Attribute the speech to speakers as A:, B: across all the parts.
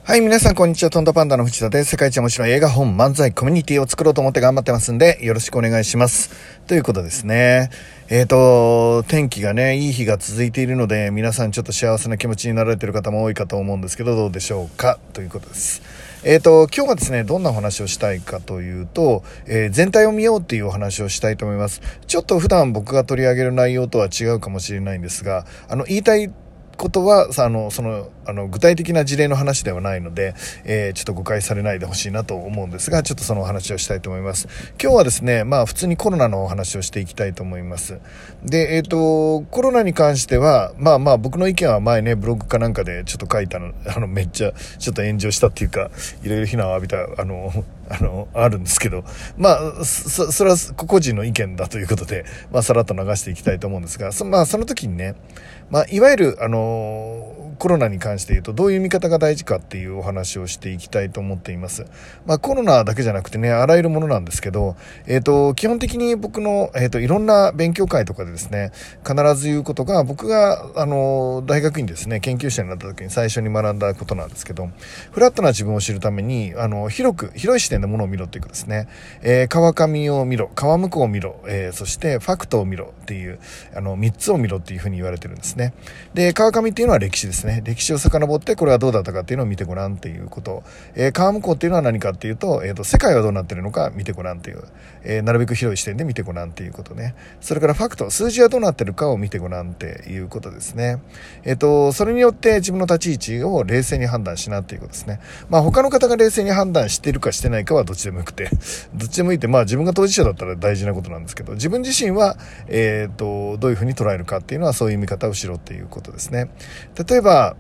A: はい、皆さんこんにちは。トントパンダの藤田です。世界一面白い映画本漫才コミュニティを作ろうと思って頑張ってますんで、よろしくお願いします。ということですね。天気がね、いい日が続いているので、皆さんちょっと幸せな気持ちになられている方も多いかと思うんですけど、どうでしょうかということです。今日はですね、どんなお話をしたいかというと、全体を見ようっていうお話をしたいと思います。ちょっと普段僕が取り上げる内容とは違うかもしれないんですが、言いたいことは具体的な事例の話ではないので、ちょっと誤解されないでほしいなと思うんですが、ちょっとそのお話をしたいと思います。今日はですね、普通にコロナのお話をしていきたいと思います。で、コロナに関しては僕の意見は前ね、ブログかなんかでちょっと書いたの、めっちゃちょっと炎上したっていうか、いろいろ非難を浴びたあるんですけど、それは個人の意見だということで、さらっと流していきたいと思うんですが、その時にね、いわゆるコロナに関して言うとどういう見方が大事かっていうお話をしていきたいと思っています。コロナだけじゃなくてね、あらゆるものなんですけど、基本的に僕の、いろんな勉強会とかでですね、必ず言うことが、僕が大学院ですね、研究者になった時に最初に学んだことなんですけど、フラットな自分を知るために広い視点でものを見ろっていうことですね。川上を見ろ、川向こうを見ろ、そしてファクトを見ろっていう3つを見ろっていうふうに言われてるんですね。で、川上っていうのは歴史ですね。歴史を遡ってこれはどうだったかっていうのを見てごらんっていうこと。川向こうっていうのは何かっていうと、世界はどうなってるのか見てごらんっていう、なるべく広い視点で見てごらんっていうことね。それからファクト、数字はどうなってるかを見てごらんっていうことですね。それによって自分の立ち位置を冷静に判断しなっていうことですね。他の方が冷静に判断しているかしてないかはどっちでもよくて、どっちでもいいって、自分が当事者だったら大事なことなんですけど、自分自身は、どういうふうに捉えるかっていうのはそういう見方をしろっていうことですね。例えば、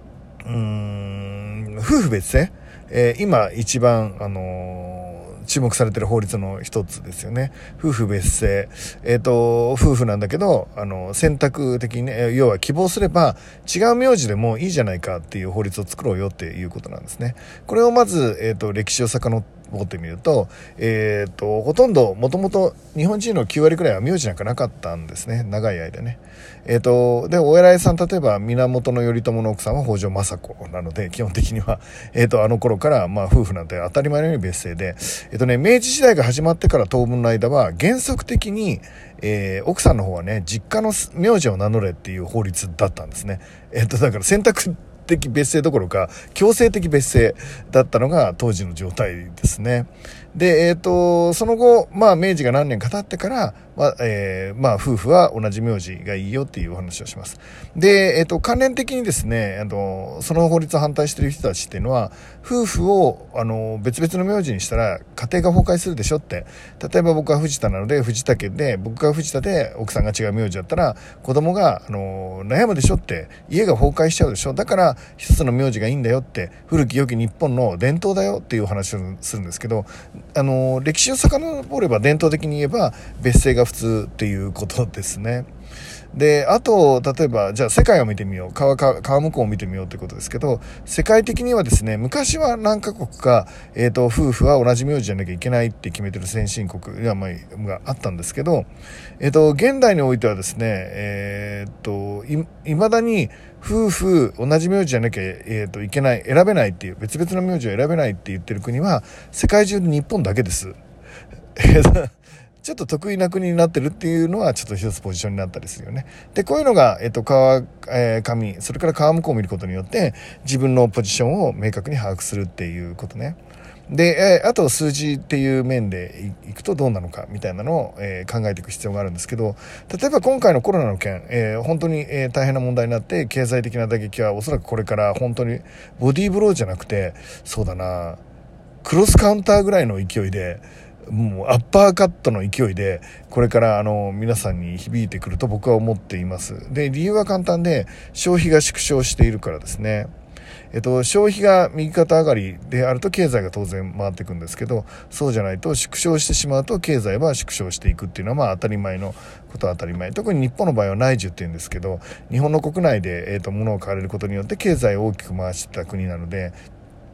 A: 夫婦別姓、今一番注目されている法律の一つですよね。夫婦別姓。夫婦なんだけど、選択的にね、要は希望すれば違う名字でもいいじゃないかっていう法律を作ろうよっていうことなんですね。これをまず、歴史を遡ってみると、ほとんど、もともと日本人の9割くらいは名字なんかなかったんですね。長い間ね。で、お偉いさん、例えば、源頼朝の奥さんは北条政子なので、基本的には、あの頃から、夫婦なんて当たり前のように別姓で、明治時代が始まってから当分の間は、原則的に、奥さんの方はね、実家の名字を名乗れっていう法律だったんですね。だから選択的別姓どころか強制的別姓だったのが当時の状態ですね。で、その後、明治が何年か経ってから、夫婦は同じ名字がいいよっていうお話をします。で、関連的にですね、その法律を反対している人たちっていうのは、夫婦を、別々の名字にしたら家庭が崩壊するでしょって。例えば僕は藤田なので、藤田家で、僕が藤田で奥さんが違う名字だったら、子供が、悩むでしょって、家が崩壊しちゃうでしょ。だから、一つの名字がいいんだよって、古き良き日本の伝統だよっていう話をするんですけど、歴史を遡れば伝統的に言えば別姓が普通っていうことですね。で、あと、例えば、じゃあ世界を見てみよう。川向こうを見てみようということですけど、世界的にはですね、昔は何カ国か、夫婦は同じ名字じゃなきゃいけないって決めてる先進国があったんですけど、現代においてはですね、未だに夫婦同じ名字じゃなきゃ、いけない、選べないっていう、別々の名字を選べないって言ってる国は、世界中で日本だけです。ちょっと得意な国になってるっていうのはちょっと一つポジションになったりするよね。で、こういうのが、川上、それから川向こうを見ることによって自分のポジションを明確に把握するっていうことね。で、あと数字っていう面でいくとどうなのかみたいなのを、考えていく必要があるんですけど、例えば今回のコロナの件、本当に、大変な問題になって経済的な打撃はおそらくこれから本当にボディーブローじゃなくて、そうだな、クロスカウンターぐらいの勢いで、もうアッパーカットの勢いでこれから皆さんに響いてくると僕は思っています。で、理由は簡単で、消費が縮小しているからですね。消費が右肩上がりであると経済が当然回っていくんですけど、そうじゃないと縮小してしまうと経済は縮小していくっていうのは当たり前のことは当たり前。特に日本の場合は内需っていうんですけど、日本の国内で物を買われることによって経済を大きく回してた国なので、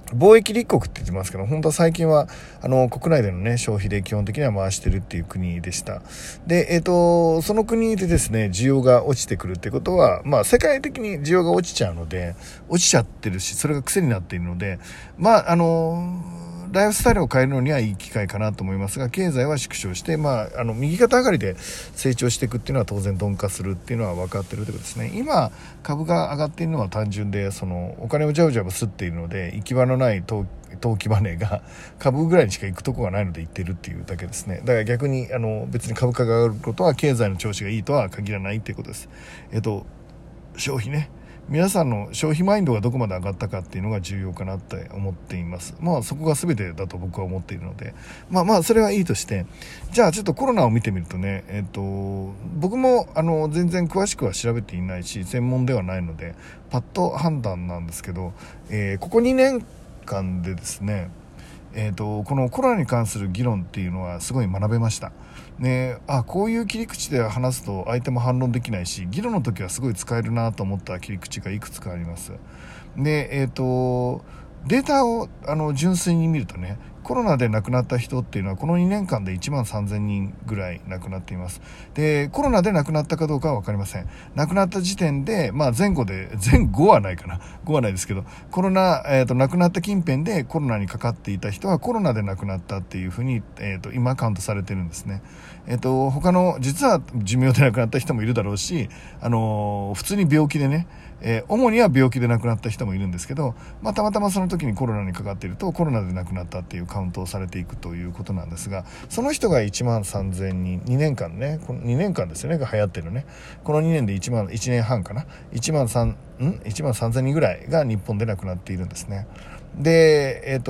A: 貿易立国って言ってますけど、本当は最近は国内でのね消費で基本的には回してるっていう国でした。でその国でですね需要が落ちてくるってことは、世界的に需要が落ちちゃうので、落ちちゃってるし、それが癖になっているので、ライフスタイルを変えるのにはいい機会かなと思いますが、経済は縮小して、右肩上がりで成長していくっていうのは当然鈍化するっていうのは分かっているということですね。今株が上がっているのは単純で、お金をジャブジャブ吸っているので、行き場のない投機マネーが株ぐらいにしか行くとこがないので行ってるっていうだけですね。だから逆に別に株価が上がることは経済の調子がいいとは限らないっていうことです。消費ね、皆さんの消費マインドがどこまで上がったかっていうのが重要かなって思っています。そこが全てだと僕は思っているので、それはいいとして、じゃあちょっとコロナを見てみるとね、僕も全然詳しくは調べていないし専門ではないのでパッと判断なんですけど、ここ2年間でですね、このコロナに関する議論っていうのはすごい学べましたね。こういう切り口で話すと相手も反論できないし、議論の時はすごい使えるなと思った切り口がいくつかあります。で、データを純粋に見るとね、コロナで亡くなった人っていうのはこの2年間で1万3000人ぐらい亡くなっています。で、コロナで亡くなったかどうかは分かりません。亡くなった時点で、前後はないかな、5はないですけど、コロナ、亡くなった近辺でコロナにかかっていた人はコロナで亡くなったっていうふうに、今カウントされてるんですね。他の実は寿命で亡くなった人もいるだろうし、普通に病気でね、主には病気で亡くなった人もいるんですけど、たまたまその時にコロナにかかっているとコロナで亡くなったっていうカウントをされていくということなんですが、その人が1万3000人、2年間ね、この2年間ですよねが流行ってるね、この2年で1年半かな、1万3000人ぐらいが日本で亡くなっているんですね。で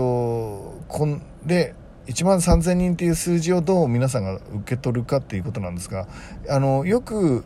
A: 1万3000人っていう数字をどう皆さんが受け取るかっていうことなんですが、よく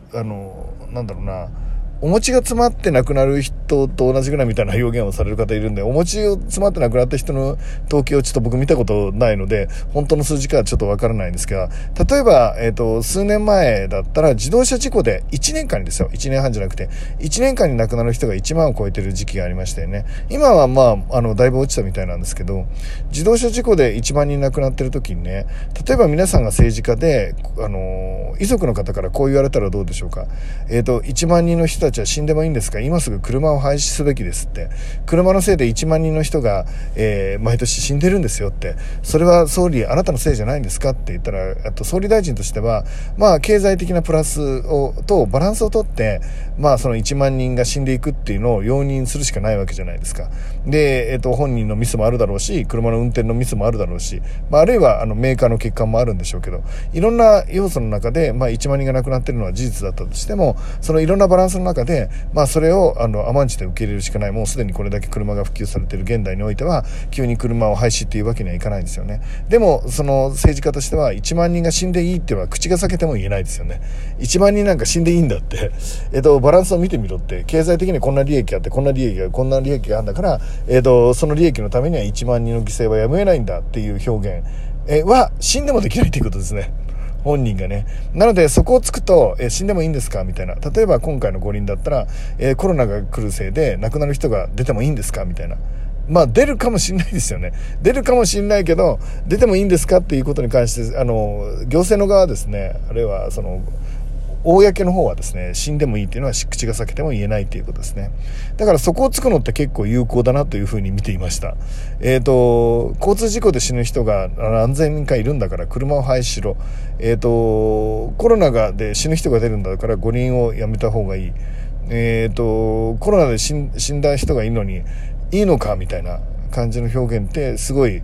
A: お餅が詰まって亡くなる人と同じぐらいみたいな表現をされる方いるんで、お餅を詰まって亡くなった人の統計をちょっと僕見たことないので本当の数字かはちょっとわからないんですが、例えば、数年前だったら自動車事故で1年間にですよ、1年半じゃなくて1年間に亡くなる人が1万を超えてる時期がありましたよね。今はだいぶ落ちたみたいなんですけど、自動車事故で1万人亡くなってる時にね、例えば皆さんが政治家で遺族の方からこう言われたらどうでしょうか。1万人の人たちは死んでもいいんですか、今すぐ車を廃止すべきですって、車のせいで1万人の人が、毎年死んでるんですよって、それは総理あなたのせいじゃないんですかって言ったら、総理大臣としては経済的なプラスとバランスをとってその1万人が死んでいくっていうのを容認するしかないわけじゃないですか。で、本人のミスもあるだろうし、車の運転のミスもあるだろうし、あるいはメーカーの欠陥もあるんでしょうけど、いろんな要素の中で1万人が亡くなっているのは事実だったとしても、そのいろんなバランスの中でそれを甘んじて受け入れるしかない。もうすでにこれだけ車が普及されている現代においては急に車を廃止っていうわけにはいかないんですよね。でもその政治家としては1万人が死んでいいっては口が裂けても言えないですよね。1万人なんか死んでいいんだってバランスを見てみろって、経済的にこんな利益あってこんな利益があるんだから、その利益のためには1万人の犠牲はやむを得ないんだっていう表現、は死んでもできないということですね、本人がね。なのでそこをつくと、死んでもいいんですかみたいな、例えば今回の五輪だったら、コロナが来るせいで亡くなる人が出てもいいんですかみたいな、出るかもしれないですよね。出るかもしれないけど出てもいいんですかっていうことに関して行政の側はですね、あるいは公の方はですね、死んでもいいっていうのは口が裂けても言えないということですね。だからそこをつくのって結構有効だなというふうに見ていました。交通事故で死ぬ人が何千人かいるんだから車を廃止しろ。コロナで死ぬ人が出るんだから五輪をやめた方がいい。コロナで死んだ人がいるのにいいのかみたいな感じの表現ってすごい、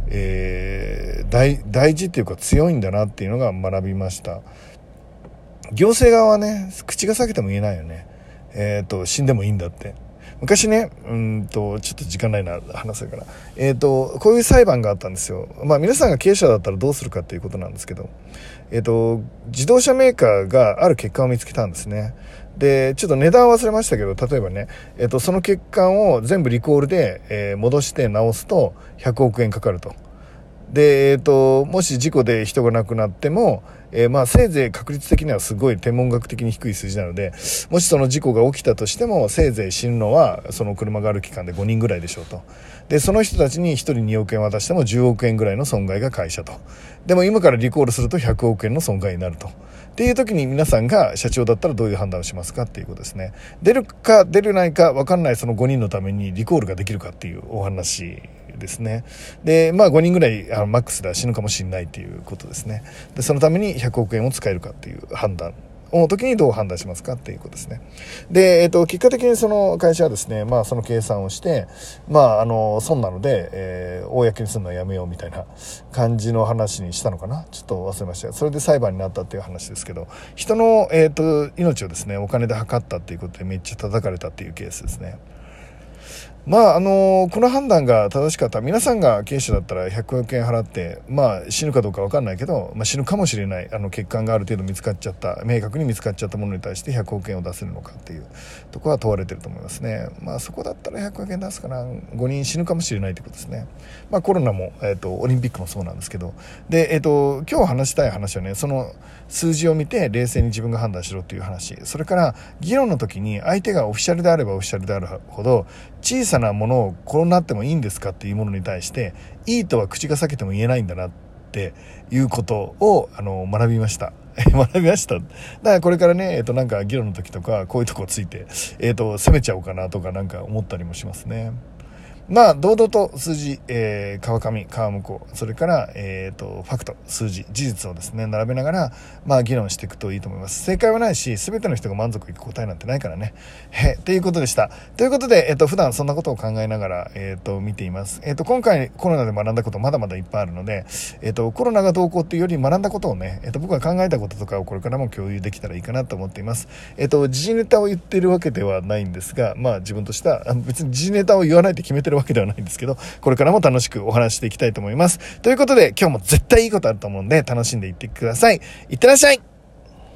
A: 大事っていうか強いんだなっていうのが学びました。行政側はね、口が裂けても言えないよね。死んでもいいんだって。昔ね、ちょっと時間ないな、話せるから。こういう裁判があったんですよ。皆さんが経営者だったらどうするかっていうことなんですけど、自動車メーカーがある欠陥を見つけたんですね。で、ちょっと値段忘れましたけど、例えばね、その欠陥を全部リコールで、戻して直すと100億円かかると。で、もし事故で人が亡くなっても、 せいぜい確率的にはすごい天文学的に低い数字なので、もしその事故が起きたとしても、せいぜい死ぬのはその車がある期間で5人ぐらいでしょうと。で、その人たちに1人2億円渡しても10億円ぐらいの損害が会社と。でも今からリコールすると100億円の損害になると。っていう時に皆さんが社長だったらどういう判断をしますかっていうことですね。出るか出れないか分かんないその5人のためにリコールができるかっていうお話ですね。で、5人ぐらいマックスでは死ぬかもしれないっていうことですね。で、そのために100億円を使えるかっていう判断の時にどう判断しますかっていうことですね。で、結果的にその会社はですね、その計算をして、損なので、公にするのはやめようみたいな感じの話にしたのかな。ちょっと忘れました。それで裁判になったっていう話ですけど、人の、命をですね、お金で測ったっていうことでめっちゃ叩かれたっていうケースですね。この判断が正しかったら、皆さんが経営者だったら100億円払って、死ぬかどうか分かんないけど、死ぬかもしれない欠陥がある程度見つかっちゃった、明確に見つかっちゃったものに対して100億円を出せるのかっていうところは問われてると思いますね。そこだったら100億円出すかな。5人死ぬかもしれないということですね。コロナも、オリンピックもそうなんですけど、で、今日話したい話はね、その数字を見て冷静に自分が判断しろっていう話、それから議論の時に相手がオフィシャルであればオフィシャルであるほど、小さなものをこうなってもいいんですかっていうものに対していいとは口が裂けても言えないんだなっていうことを学びました学びました。だからこれからね、なんか議論の時とかこういうとこついて攻めちゃおうかなとかなんか思ったりもしますね。堂々と数字、川上、川向こう、それから、ファクト、数字、事実をですね、並べながら、議論していくといいと思います。正解はないし、すべての人が満足いく答えなんてないからね。っていうことでした。ということで、普段そんなことを考えながら、見ています。今回コロナで学んだことまだまだいっぱいあるので、コロナがどうこうっていうより学んだことをね、僕が考えたこととかをこれからも共有できたらいいかなと思っています。時事ネタを言ってるわけではないんですが、自分としては、別に時事ネタを言わないって決めてるわけではないんですけど、これからも楽しくお話していきたいと思います。ということで、今日も絶対いいことあると思うんで、楽しんでいってください。いってらっしゃい。